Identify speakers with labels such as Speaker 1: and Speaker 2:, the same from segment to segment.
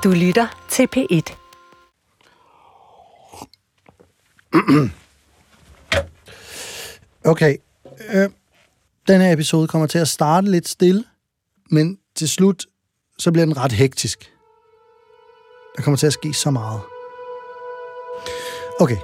Speaker 1: Du lytter til P1.
Speaker 2: Okay. Den her episode kommer til at starte lidt stille, men til slut, så bliver den ret hektisk. Der kommer til at ske så meget. Okay.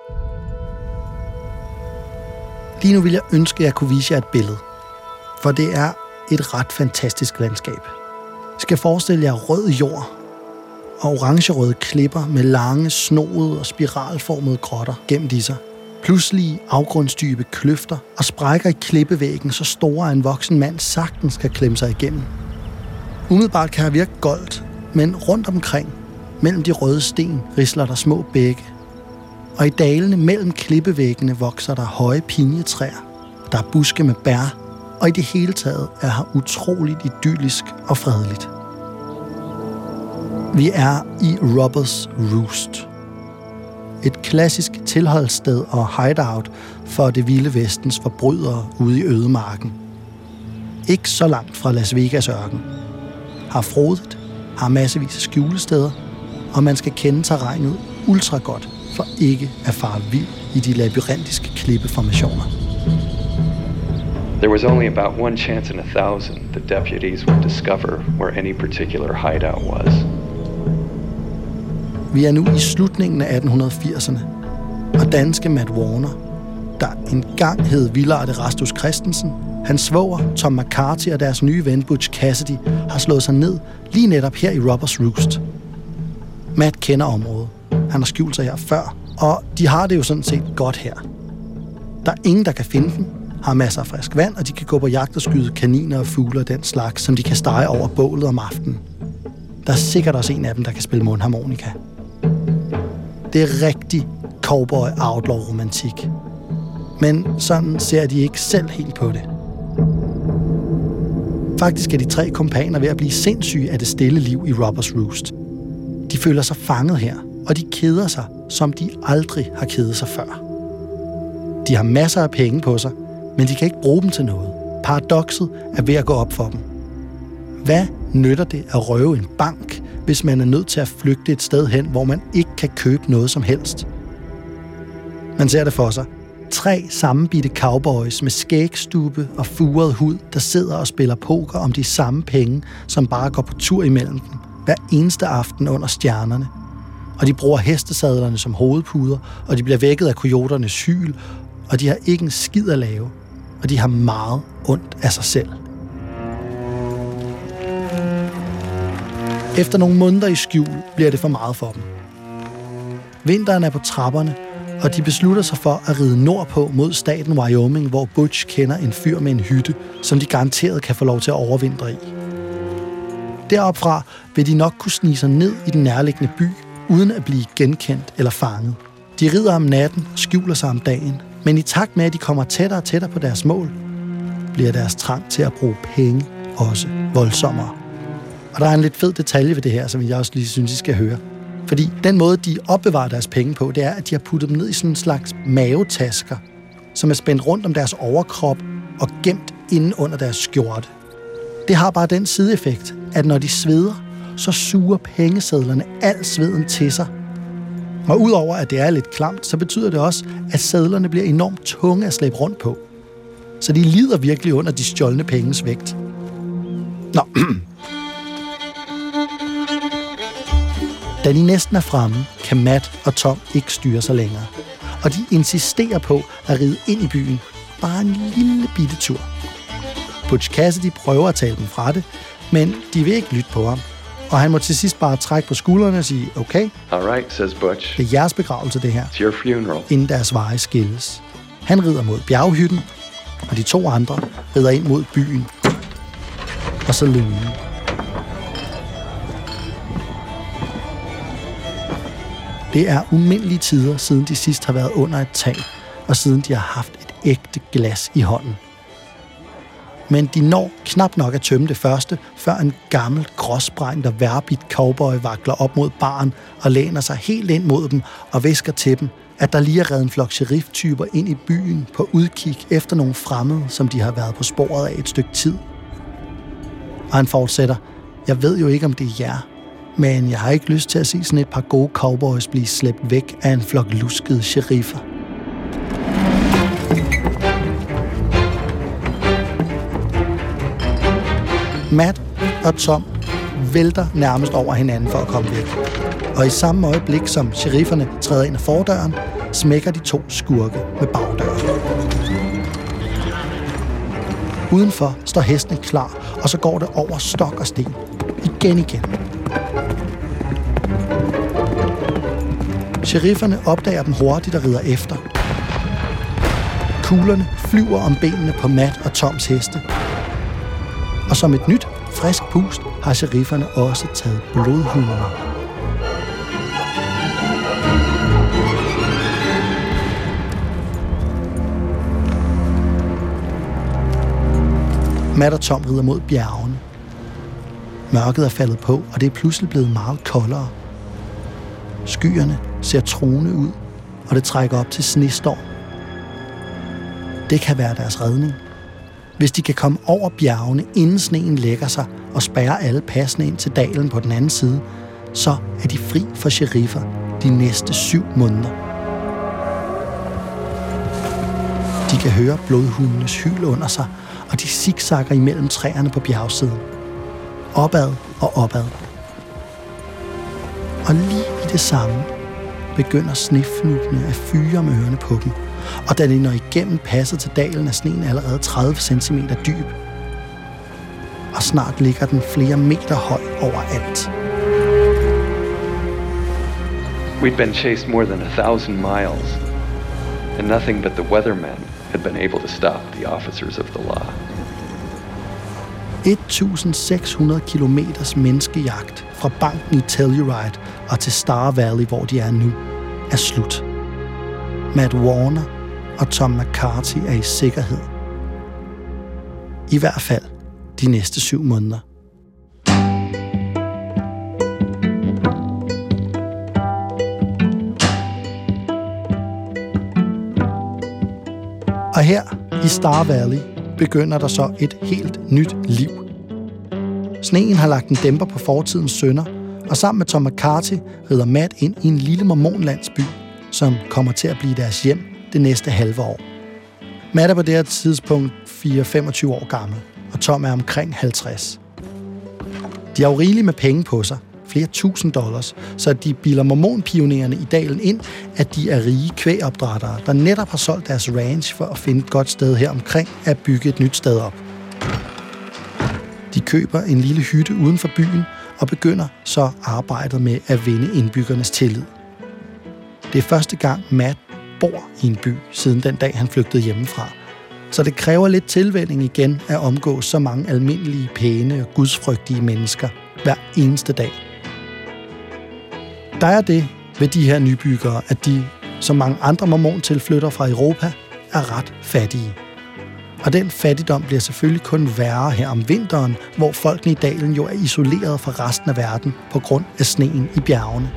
Speaker 2: Lige nu vil jeg ønske, at jeg kunne vise jer et billede. For det er et ret fantastisk landskab. Jeg skal forestille jer rød jord og orangerøde klipper med lange, snoede og spiralformede grotter gemt i sig. Pludselige afgrundsdybe kløfter og sprækker i klippevæggen, så store, at en voksen mand sagtens kan klemme sig igennem. Umiddelbart kan jeg virke goldt, men rundt omkring, mellem de røde sten, risler der små bække. Og i dalene mellem klippevæggene vokser der høje pinjetræer. Der er buske med bær, og i det hele taget er her utroligt idyllisk og fredeligt. Vi er i Robbers Roost. Et klassisk tilholdssted og hideout for det vilde vestens forbrydere ude i ødemarken. Ikke så langt fra Las Vegas ørken. Har frodigt, har massevis af skjulesteder, og man skal kende terrænet ultra godt for ikke at fare vild i de labyrintiske klippeformationer.
Speaker 3: There was only about one chance in 1,000 that deputies would discover where any particular hideout was.
Speaker 2: Vi er nu i slutningen af 1880'erne, og danske Matt Warner, der engang hed Willard Erastus Christensen, hans svoger Tom McCarthy og deres nye ven Butch Cassidy har slået sig ned lige netop her i Robbers Roost. Matt kender området. Han har skjult sig her før, og de har det jo sådan set godt her. Der er ingen, der kan finde dem, har masser af frisk vand, og de kan gå på jagt og skyde kaniner og fugle og den slags, som de kan stege over bålet om aftenen. Der er sikkert også en af dem, der kan spille mundharmonika. Det er rigtig cowboy-outlaw-romantik. Men sådan ser de ikke selv helt på det. Faktisk er de 3 kompaner ved at blive sindssyge af det stille liv i Robbers Roost. De føler sig fanget her, og de keder sig, som de aldrig har kedet sig før. De har masser af penge på sig, men de kan ikke bruge dem til noget. Paradokset er ved at gå op for dem. Hvad nytter det at røve en bank, hvis man er nødt til at flygte et sted hen, hvor man ikke kan købe noget som helst? Man ser det for sig. 3 sammenbitte cowboys med skægstube og furet hud, der sidder og spiller poker om de samme penge, som bare går på tur imellem dem, hver eneste aften under stjernerne. Og de bruger hestesadlerne som hovedpuder, og de bliver vækket af coyoternes hyl, og de har ikke en skid at lave, og de har meget ondt af sig selv. Efter nogle måneder i skjul bliver det for meget for dem. Vinteren er på trapperne, og de beslutter sig for at ride nordpå mod staten Wyoming, hvor Butch kender en fyr med en hytte, som de garanteret kan få lov til at overvintre i. Deropfra vil de nok kunne snige sig ned i den nærliggende by, uden at blive genkendt eller fanget. De rider om natten og skjuler sig om dagen, men i takt med, at de kommer tættere og tættere på deres mål, bliver deres trang til at bruge penge også voldsommere. Og der er en lidt fed detalje ved det her, som jeg også lige synes, I skal høre. Fordi den måde, de opbevarer deres penge på, det er, at de har puttet dem ned i sådan en slags mavetasker, som er spændt rundt om deres overkrop og gemt inde under deres skjorte. Det har bare den sideeffekt, at når de sveder, så suger pengesedlerne al sveden til sig. Og udover at det er lidt klamt, så betyder det også, at sedlerne bliver enormt tunge at slæbe rundt på. Så de lider virkelig under de stjålne penges vægt. Nå. Da de næsten er fremme, kan Matt og Tom ikke styre sig længere. Og de insisterer på at ride ind i byen. Bare en lille bitte tur. Butch Cassidy prøver at tale dem fra det, men de vil ikke lytte på ham. Og han må til sidst bare trække på skuldrene og sige, okay,
Speaker 3: Alright, says Butch.
Speaker 2: Det er jeres begravelse, det her.
Speaker 3: It's your funeral.
Speaker 2: Inden deres veje skilles. Han rider mod bjerghytten, og de 2 andre rider ind mod byen. Og så løben. Det er umindelige tider, siden de sidst har været under et tag, og siden de har haft et ægte glas i hånden. Men de når knap nok at tømme det første, før en gammel, gråsprængt og vejrbidt cowboy vakler op mod baren og læner sig helt ind mod dem og hvisker til dem, at der lige er reddet en flok sheriff-typer ind i byen på udkig efter nogle fremmede, som de har været på sporet af et stykke tid. Og han fortsætter, jeg ved jo ikke, om det er jer, Men jeg har ikke lyst til at se sådan et par gode cowboys blive slæbt væk af en flok luskede sheriffer. Matt og Tom vælter nærmest over hinanden for at komme væk. Og i samme øjeblik, som sherifferne træder ind ad fordøren, smækker de to skurke med bagdøren. Udenfor står hestene klar, og så går det over stok og sten. Igen. Sherifferne opdager dem hurtigt og rider efter. Kuglerne flyver om benene på Matt og Toms heste. Og som et nyt, frisk pust har sherifferne også taget blodhundene. Matt og Tom rider mod bjergene. Mørket er faldet på, og det er pludselig blevet meget koldere. Skyerne ser truende ud, og det trækker op til snestorm. Det kan være deres redning. Hvis de kan komme over bjergene, inden sneen lægger sig og spærrer alle passene ind til dalen på den anden side, så er de fri for sheriffer de næste 7 måneder. De kan høre blodhundenes hyl under sig, og de zigzagger imellem træerne på bjergsiden. Opad og opad. Og lige i det samme begynder snefnugene at fyre med ørerne på dem, og da de når igennem passet til dalen, er sneen allerede 30 cm dyb. Og snart ligger den flere meter høj overalt.
Speaker 3: We'd been chased more than 1,000 miles, and nothing but the weathermen had been able to stop the officers of the law.
Speaker 2: 1.600 kilometers menneskejagt fra banken i Telluride og til Star Valley, hvor de er nu, er slut. Matt Warner og Tom McCarthy er i sikkerhed. I hvert fald de næste 7 måneder. Og her i Star Valley begynder der så et helt nyt liv. Sneen har lagt en dæmper på fortidens synder, og sammen med Tom McCarthy rider Matt ind i en lille mormonlandsby, som kommer til at blive deres hjem det næste halve år. Matt er på det her tidspunkt 24-25 år gammel, og Tom er omkring 50. De har jo rigeligt med penge på sig, flere $1,000, så de bilder mormonpionererne i dalen ind, at de er rige kvægopdrættere, der netop har solgt deres ranch for at finde et godt sted her omkring at bygge et nyt sted op. De køber en lille hytte uden for byen og begynder så arbejdet med at vinde indbyggernes tillid. Det er første gang Matt bor i en by, siden den dag han flygtede hjemmefra. Så det kræver lidt tilvænning igen at omgås så mange almindelige, pæne og gudsfrygtige mennesker hver eneste dag. Der er det ved de her nybyggere, at de, som mange andre mormontilflyttere fra Europa, er ret fattige. Og den fattigdom bliver selvfølgelig kun værre her om vinteren, hvor folkene i dalen jo er isoleret fra resten af verden på grund af sneen i bjergene.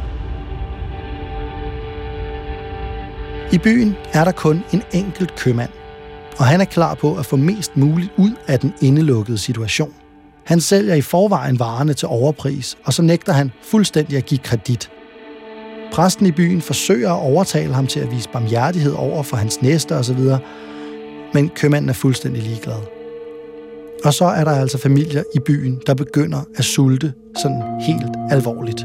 Speaker 2: I byen er der kun en enkelt købmand, og han er klar på at få mest muligt ud af den indelukkede situation. Han sælger i forvejen varerne til overpris, og så nægter han fuldstændig at give kredit. Præsten i byen forsøger at overtale ham til at vise barmhjertighed over for hans næste osv., men købmanden er fuldstændig ligeglad. Og så er der altså familier i byen, der begynder at sulte sådan helt alvorligt.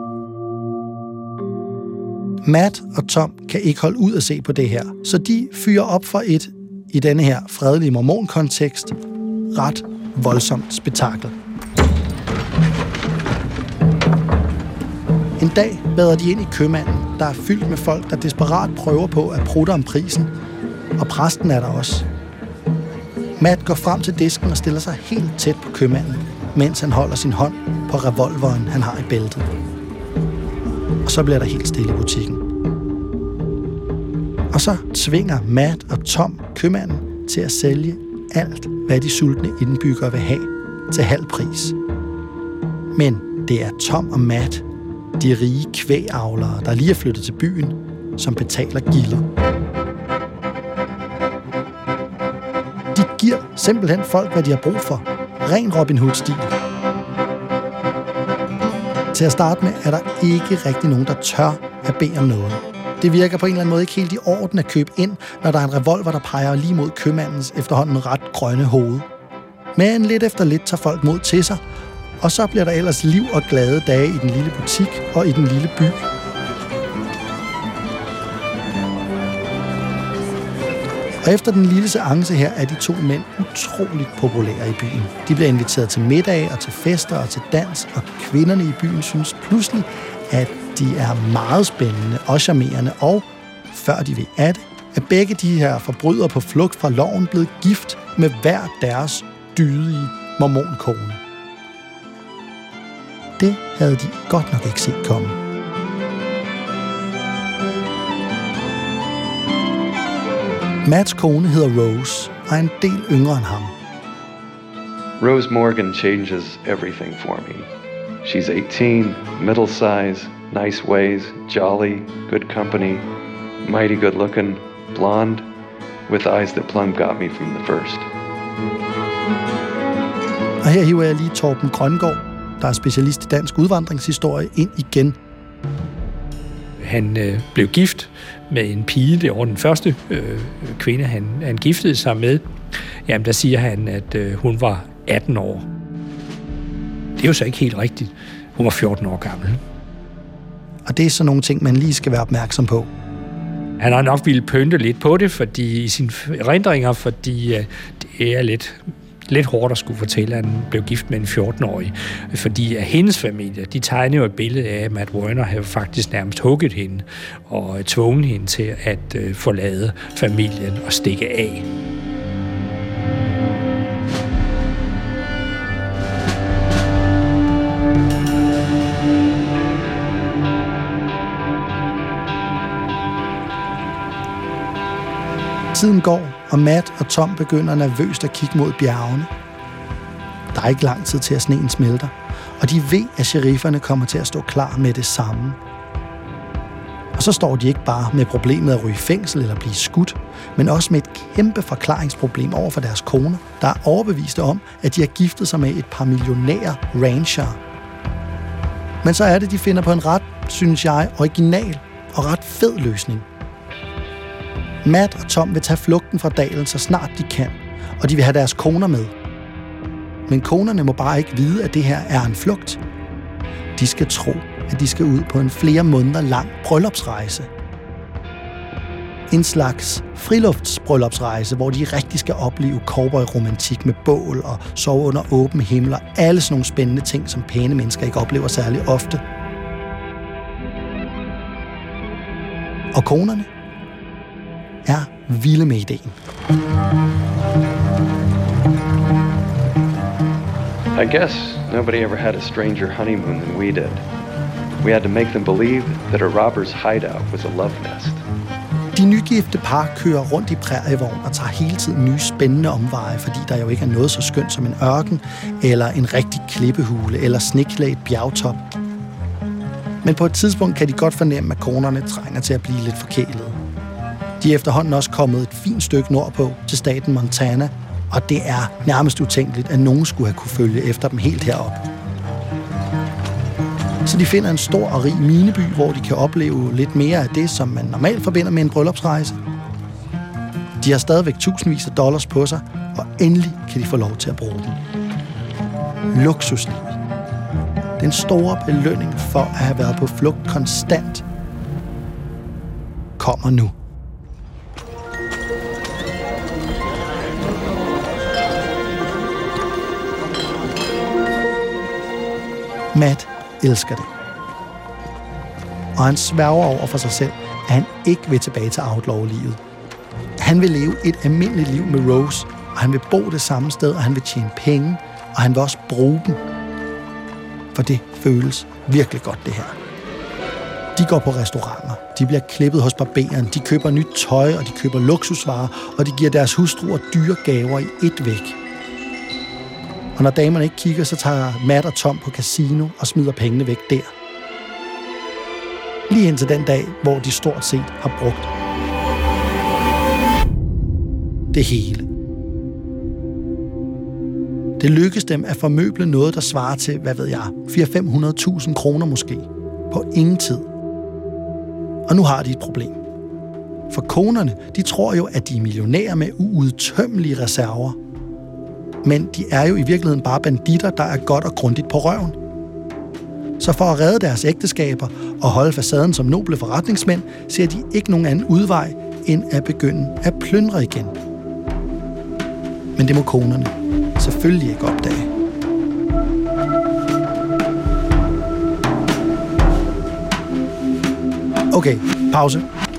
Speaker 2: Matt og Tom kan ikke holde ud at se på det her, så de fyrer op for et, i denne her fredelige mormonkontekst, ret voldsomt spektakel. En dag vader de ind i købmanden, der er fyldt med folk, der desperat prøver på at prutte om prisen, og præsten er der også. Matt går frem til disken og stiller sig helt tæt på købmanden, mens han holder sin hånd på revolveren, han har i bæltet. Og så bliver der helt stille i butikken. Og så tvinger Matt og Tom købmanden til at sælge alt, hvad de sultne indbyggere vil have, til halv pris. Men det er Tom og Matt, de rige kvægavlere, der lige er flyttet til byen, som betaler gildet. De giver simpelthen folk, hvad de har brug for. Ren Robin Hood-stil. Til at starte med er der ikke rigtig nogen, der tør at bede om noget. Det virker på en eller anden måde ikke helt i orden at købe ind, når der er en revolver, der peger lige mod købmandens efterhånden ret grønne hoved. Men lidt efter lidt tager folk mod til sig, og så bliver der ellers liv og glade dage i den lille butik og i den lille by. Og efter den lille seance her er de to mænd utroligt populære i byen. De bliver inviteret til middag og til fester og til dans, og kvinderne i byen synes pludselig, at de er meget spændende og charmerende, og før de ved af det, er begge de her forbrydere på flugt fra loven blevet gift med hver deres dydige mormonkone. Det havde de godt nok ikke set komme. Matts kone hedder Rose og er en del yngre end ham.
Speaker 3: Rose Morgan changes everything for me. She's 18, middle size, nice ways, jolly, good company, mighty good looking, blonde, with eyes that plumb got me from the first.
Speaker 2: Og her hiver jeg lige Torben Grøngaard, der er specialist i dansk udvandringshistorie, ind igen.
Speaker 1: Han blev gift med en pige, det var den første kvinde, han giftede sig med. Jamen, der siger han, at hun var 18 år. Det er jo så ikke helt rigtigt. Hun var 14 år gammel.
Speaker 2: Og det er sådan nogle ting, man lige skal være opmærksom på.
Speaker 1: Han har nok ville pynte lidt på det, fordi i sine erindringer, fordi det er lidt hårdt at skulle fortælle, at han blev gift med en 14-årig. Fordi hendes familie, de tegner jo et billede af, at Matt Warner havde faktisk nærmest hugget hende og tvunget hende til at forlade familien og stikke af.
Speaker 2: Tiden går, og Matt og Tom begynder nervøst at kigge mod bjergene. Der er ikke lang tid til, at sneen smelter, og de ved, at sherifferne kommer til at stå klar med det samme. Og så står de ikke bare med problemet at ryge i fængsel eller blive skudt, men også med et kæmpe forklaringsproblem over for deres koner, der er overbeviste om, at de har giftet sig med et par millionære rancher. Men så er det, de finder på en ret, synes jeg, original og ret fed løsning. Matt og Tom vil tage flugten fra dalen så snart de kan, og de vil have deres koner med. Men konerne må bare ikke vide, at det her er en flugt. De skal tro, at de skal ud på en flere måneder lang bryllupsrejse. En slags friluftsbryllupsrejse, hvor de rigtig skal opleve cowboy-romantik med bål og sove under åben himmel og alle sådan nogle spændende ting, som pæne mennesker ikke oplever særlig ofte. Og konerne er vilde med ideen.
Speaker 3: I guess nobody ever had a stranger honeymoon than we did. We had to make them believe that a robber's hideout was a love nest.
Speaker 2: De nygifte par kører rundt i prærievogn og tager hele tiden nye spændende omveje, fordi der jo ikke er noget så skønt som en ørken, eller en rigtig klippehule, eller sneklædt bjergtop. Men på et tidspunkt kan de godt fornemme, at konerne trænger til at blive lidt forkælede. De er efterhånden også kommet et fint stykke nordpå til staten Montana, og det er nærmest utænkeligt, at nogen skulle have kunne følge efter dem helt herop. Så de finder en stor og rig mineby, hvor de kan opleve lidt mere af det, som man normalt forbinder med en bryllupsrejse. De har stadigvæk tusindvis af dollars på sig, og endelig kan de få lov til at bruge dem. Luksusliv. Den store belønning for at have været på flugt konstant kommer nu. Matt elsker det. Og han sværger over for sig selv, at han ikke vil tilbage til outlaw-livet. Han vil leve et almindeligt liv med Rose, og han vil bo det samme sted, og han vil tjene penge, og han vil også bruge dem. For det føles virkelig godt, det her. De går på restauranter, de bliver klippet hos barberen, de køber nyt tøj, og de køber luksusvarer, og de giver deres hustruer dyre gaver i ét væk. Og når damerne ikke kigger, så tager Matt og Tom på casino og smider pengene væk der. Lige indtil den dag, hvor de stort set har brugt det hele. Det lykkedes dem at formøble noget, der svarer til, 400-500.000 kroner måske, på ingen tid. Og nu har de et problem. For konerne, de tror jo, at de er millionærer med uudtømmelige reserver. Men de er jo i virkeligheden bare banditter, der er godt og grundigt på røven. Så for at redde deres ægteskaber og holde facaden som noble forretningsmænd, ser de ikke nogen anden udvej, end at begynde at plyndre igen. Men det må konerne selvfølgelig ikke opdage. Okay, pause.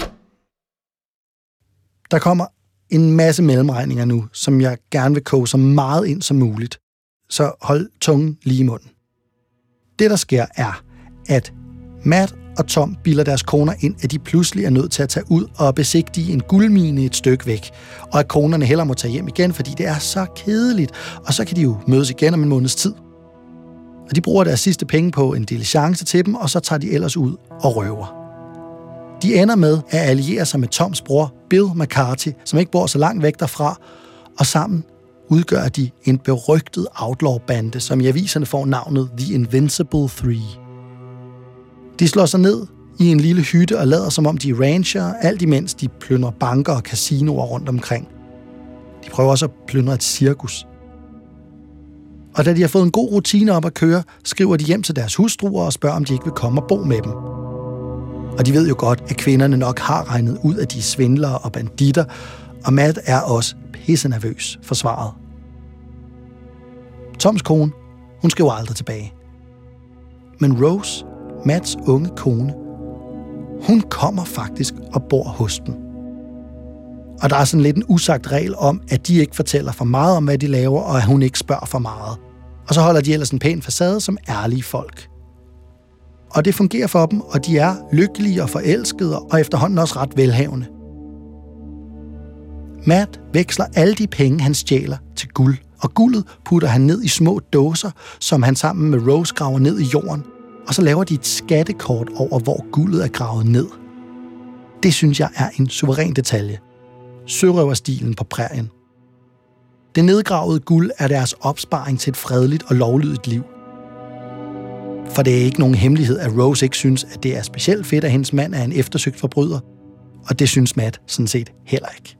Speaker 2: Der kommer en masse mellemregninger nu, som jeg gerne vil koge så meget ind som muligt. Så hold tungen lige i munden. Det, der sker, er, at Matt og Tom bilder deres koner ind, at de pludselig er nødt til at tage ud og besigtige en guldmine et stykke væk, og at konerne hellere må tage hjem igen, fordi det er så kedeligt, og så kan de jo mødes igen om en måneds tid. Og de bruger deres sidste penge på en diligence til dem, og så tager de ellers ud og røver. De ender med at alliere sig med Toms bror, Bill McCarthy, som ikke bor så langt væk derfra, og sammen udgør de en berygtet outlaw-bande, som i aviserne får navnet The Invincible Three. De slår sig ned i en lille hytte og lader som om de er rancher, alt imens de plyndrer banker og casinoer rundt omkring. De prøver også at plyndre et cirkus. Og da de har fået en god rutine op at køre, skriver de hjem til deres hustruer og spørger, om de ikke vil komme og bo med dem. Og de ved jo godt, at kvinderne nok har regnet ud, at de er svindlere og banditter, og Matt er også pissenervøs for svaret. Toms kone, hun skriver aldrig tilbage. Men Rose, Matts unge kone, hun kommer faktisk og bor hos dem. Og der er sådan lidt en usagt regel om, at de ikke fortæller for meget om, hvad de laver, og at hun ikke spørger for meget. Og så holder de ellers en pæn facade som ærlige folk. Og det fungerer for dem, og de er lykkelige og forelskede, og efterhånden også ret velhavende. Matt veksler alle de penge, han stjæler, til guld, og guldet putter han ned i små dåser, som han sammen med Rose graver ned i jorden, og så laver de et skattekort over, hvor guldet er gravet ned. Det synes jeg er en suveræn detalje. Sørøverstilen på prærien. Det nedgravede guld er deres opsparing til et fredeligt og lovlydigt liv. For det er ikke nogen hemmelighed, at Rose ikke synes, at det er specielt fedt, at hendes mand er en eftersøgt forbryder, og det synes Matt sådan set heller ikke.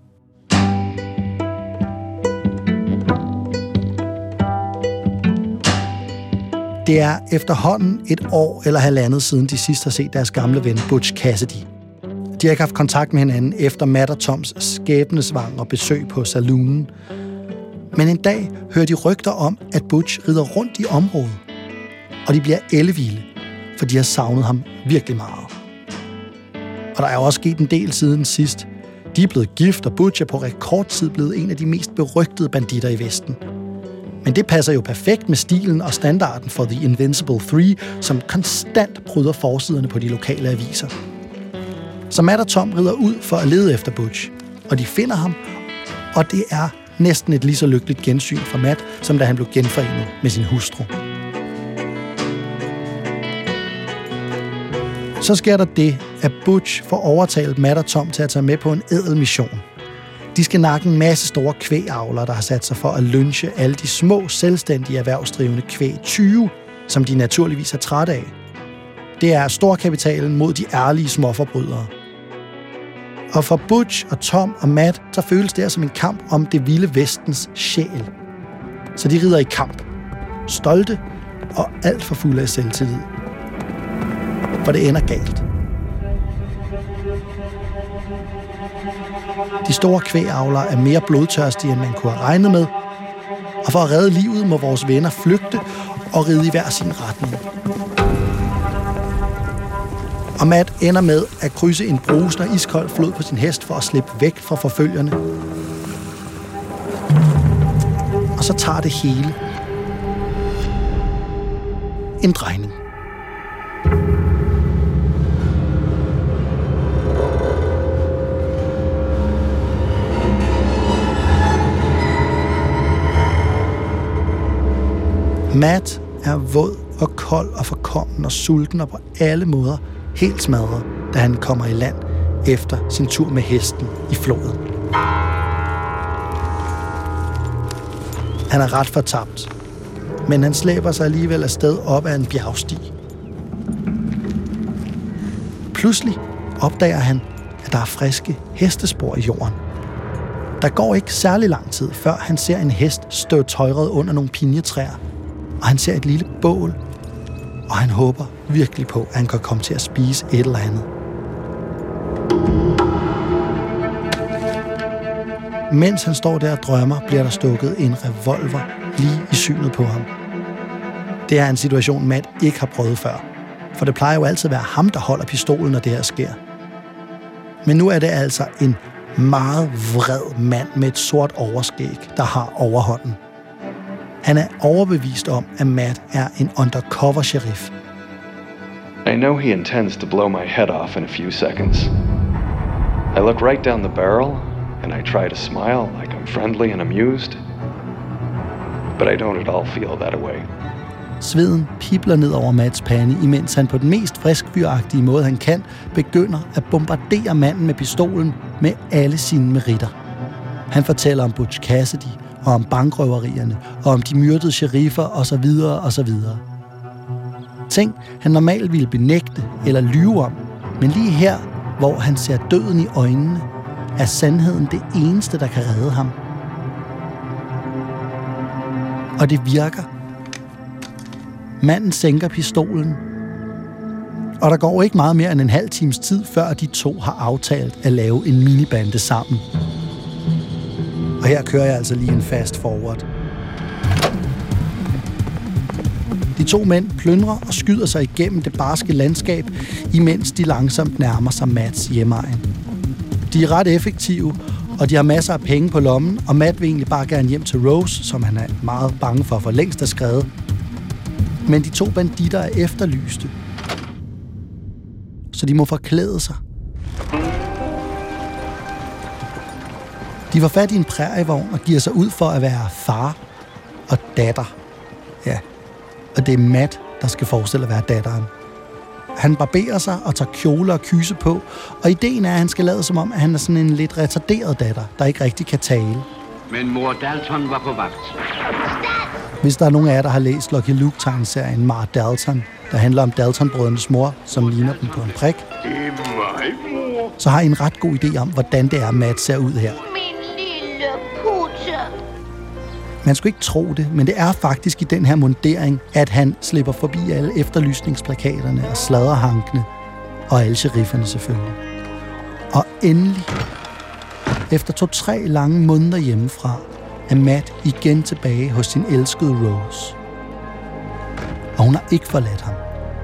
Speaker 2: Det er efterhånden et år eller halvandet siden, de sidst har set deres gamle ven Butch Cassidy. De har ikke haft kontakt med hinanden efter Matt og Toms skæbnesvang og besøg på saloonen. Men en dag hører de rygter om, at Butch rider rundt i området. Og de bliver ellevilde, for de har savnet ham virkelig meget. Og der er jo også sket en del siden sidst. De er blevet gift, og Butch er på rekordtid blevet en af de mest berygtede banditter i Vesten. Men det passer jo perfekt med stilen og standarden for The Invincible Three, som konstant bryder forsiderne på de lokale aviser. Så Matt og Tom rider ud for at lede efter Butch, og de finder ham, og det er næsten et lige så lykkeligt gensyn for Matt, som da han blev genforenet med sin hustru. Så sker der det, at Butch får overtalt Matt og Tom til at tage med på en ædel mission. De skal nakke en masse store kvægavlere, der har sat sig for at lynche alle de små, selvstændige erhvervsdrivende kvægtyve, som de naturligvis er trætte af. Det er storkapitalen mod de ærlige småforbrydere. Og for Butch og Tom og Matt, så føles det som en kamp om det vilde vestens sjæl. Så de rider i kamp. Stolte og alt for fulde af selvtillid. For det ender galt. De store kvægavlere er mere blodtørstige, end man kunne have regnet med. Og for at redde livet må vores venner flygte og ride i hver sin retning. Og Matt ender med at krydse en brusende og iskold flod på sin hest for at slippe væk fra forfølgerne. Og så tager det hele en drejning. Matt er våd og kold og forkommen og sulten og på alle måder helt smadret, da han kommer i land efter sin tur med hesten i floden. Han er ret fortabt, men han slæber sig alligevel afsted op ad en bjergstig. Pludselig opdager han, at der er friske hestespor i jorden. Der går ikke særlig lang tid, før han ser en hest stå tøjret under nogle pinjetræer, og han ser et lille bål, og han håber virkelig på, at han kan komme til at spise et eller andet. Mens han står der og drømmer, bliver der stukket en revolver lige i synet på ham. Det er en situation, Matt ikke har prøvet før, for det plejer jo altid at være ham, der holder pistolen, når det her sker. Men nu er det altså en meget vred mand med et sort overskæg, der har overhånden. Han er overbevist om, at Matt er en undercover sheriff.
Speaker 3: I know he intends to blow my head off in a few seconds. I look right down the barrel, and I try to smile like I'm friendly and amused. But I don't at all feel that way.
Speaker 2: Sveden pibler ned over Matts pande, imens han på den mest friskfyragtige måde, han kan, begynder at bombardere manden med pistolen med alle sine meritter. Han fortæller om Butch Cassidy, og om bankrøverierne, og om de myrdede sheriffer, osv. osv. Ting, han normalt ville benægte eller lyve om, men lige her, hvor han ser døden i øjnene, er sandheden det eneste, der kan redde ham. Og det virker. Manden sænker pistolen, og der går ikke meget mere end en halv times tid, før de to har aftalt at lave en minibande sammen. Og her kører jeg altså lige en fast forward. De to mænd plyndrer og skyder sig igennem det barske landskab, imens de langsomt nærmer sig Matts hjemegn. De er ret effektive, og de har masser af penge på lommen, og Matt vil egentlig bare gerne hjem til Rose, som han er meget bange for længst er skrevet. Men de to banditter er efterlyste, så de må forklæde sig. De får fat i en prærievogn og giver sig ud for at være far og datter. Ja, og det er Matt, der skal forestille at være datteren. Han barberer sig og tager kjole og kyse på, og ideen er, at han skal lade som om, at han er sådan en lidt retarderet datter, der ikke rigtig kan tale.
Speaker 4: Men mor Dalton var på vagt.
Speaker 2: Hvis der er nogen af jer, der har læst Lucky Luke-tegneserien Mar Dalton, der handler om Dalton-brødrenes mor, som ligner dem på en prik, så har I en ret god idé om, hvordan det er, Matt ser ud her.
Speaker 5: Min lille putte.
Speaker 2: Man skulle ikke tro det, men det er faktisk i den her mundering, at han slipper forbi alle efterlysningsplakaterne og sladderhankene, og alle sherifferne selvfølgelig. Og endelig, efter 2-3 lange måneder hjemmefra, er Matt igen tilbage hos sin elskede Rose. Og hun har ikke forladt ham.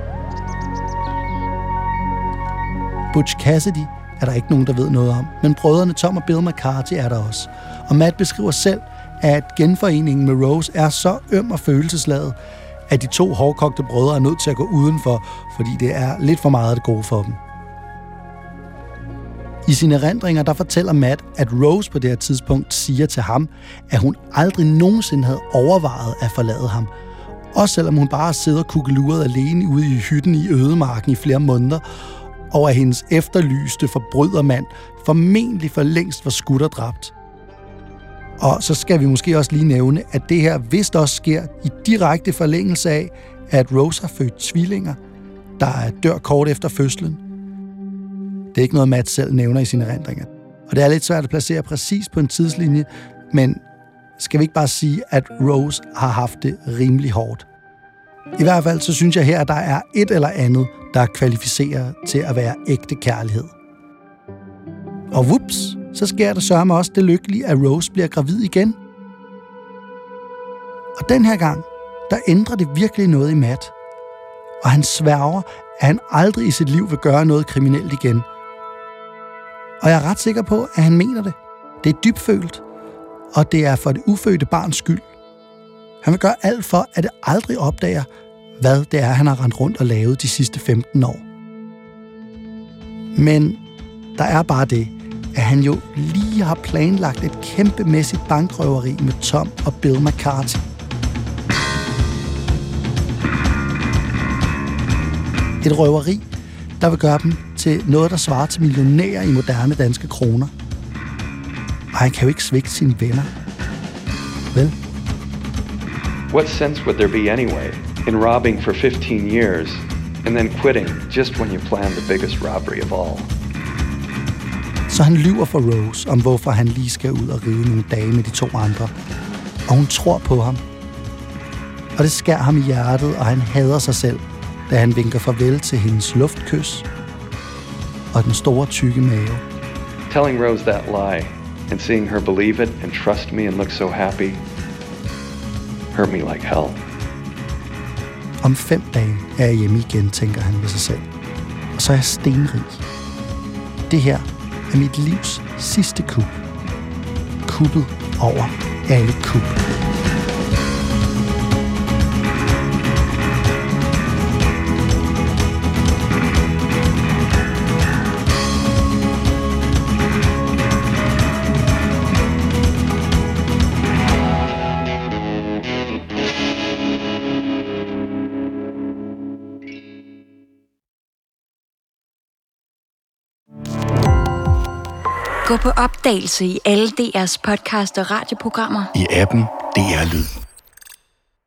Speaker 2: Butch Cassidy er der ikke nogen, der ved noget om, men brødrene Tom og Bill McCarthy er der også. Og Matt beskriver selv, at genforeningen med Rose er så øm og følelsesladet, at de to hårdkogte brødre er nødt til at gå udenfor, fordi det er lidt for meget af det gode for dem. I sine erindringer, der fortæller Matt, at Rose på det her tidspunkt siger til ham, at hun aldrig nogensinde havde overvejet at forlade ham. Også selvom hun bare sidder kukkeluret alene ude i hytten i ødemarken i flere måneder, og at hendes efterlyste forbrydermand formentlig for længst var skudt og dræbt. Og så skal vi måske også lige nævne, at det her vist også sker i direkte forlængelse af, at Rose har født tvillinger, der dør kort efter fødslen. Det er ikke noget, Matt selv nævner i sine erindringer. Og det er lidt svært at placere præcis på en tidslinje, men skal vi ikke bare sige, at Rose har haft det rimelig hårdt. I hvert fald så synes jeg her, at der er et eller andet, der kvalificerer til at være ægte kærlighed. Og whoops, så sker der sørme også det lykkelige, at Rose bliver gravid igen. Og den her gang, der ændrer det virkelig noget i Matt. Og han sværger, at han aldrig i sit liv vil gøre noget kriminelt igen. Og jeg er ret sikker på, at han mener det. Det er dybfølt, og det er for det ufødte barns skyld. Han vil gøre alt for, at det aldrig opdager, hvad det er, han har rendt rundt og lavet de sidste 15 år. Men der er bare det, at han jo lige har planlagt et kæmpemæssigt bankrøveri med Tom og Bill McCarthy. Et røveri, der vil gøre dem til noget, der svarer til millionærer i moderne danske kroner. Og han kan jo ikke svigte sine venner. Vel?
Speaker 3: What sense would there be anyway in robbing for 15 years and then quitting just when you plan the biggest robbery of all?
Speaker 2: Så han lyver for Rose om, hvorfor han lige skal ud og ride nogle dage med de 2 andre. Og hun tror på ham. Og det skærer ham i hjertet, og han hader sig selv, da han vinker farvel til hendes luftkys og den store tykke mave.
Speaker 3: Telling Rose that lie and seeing her believe it and trust me and look so happy hurt me like hell.
Speaker 2: Om 5 dage er jeg hjemme igen, tænker han ved sig selv. Og så er jeg stenrig. Det her er mit livs sidste kup. Kuppet over alle kup.
Speaker 6: Gå på opdagelse i alle DR's podcast og radioprogrammer.
Speaker 7: I appen DR Lyd.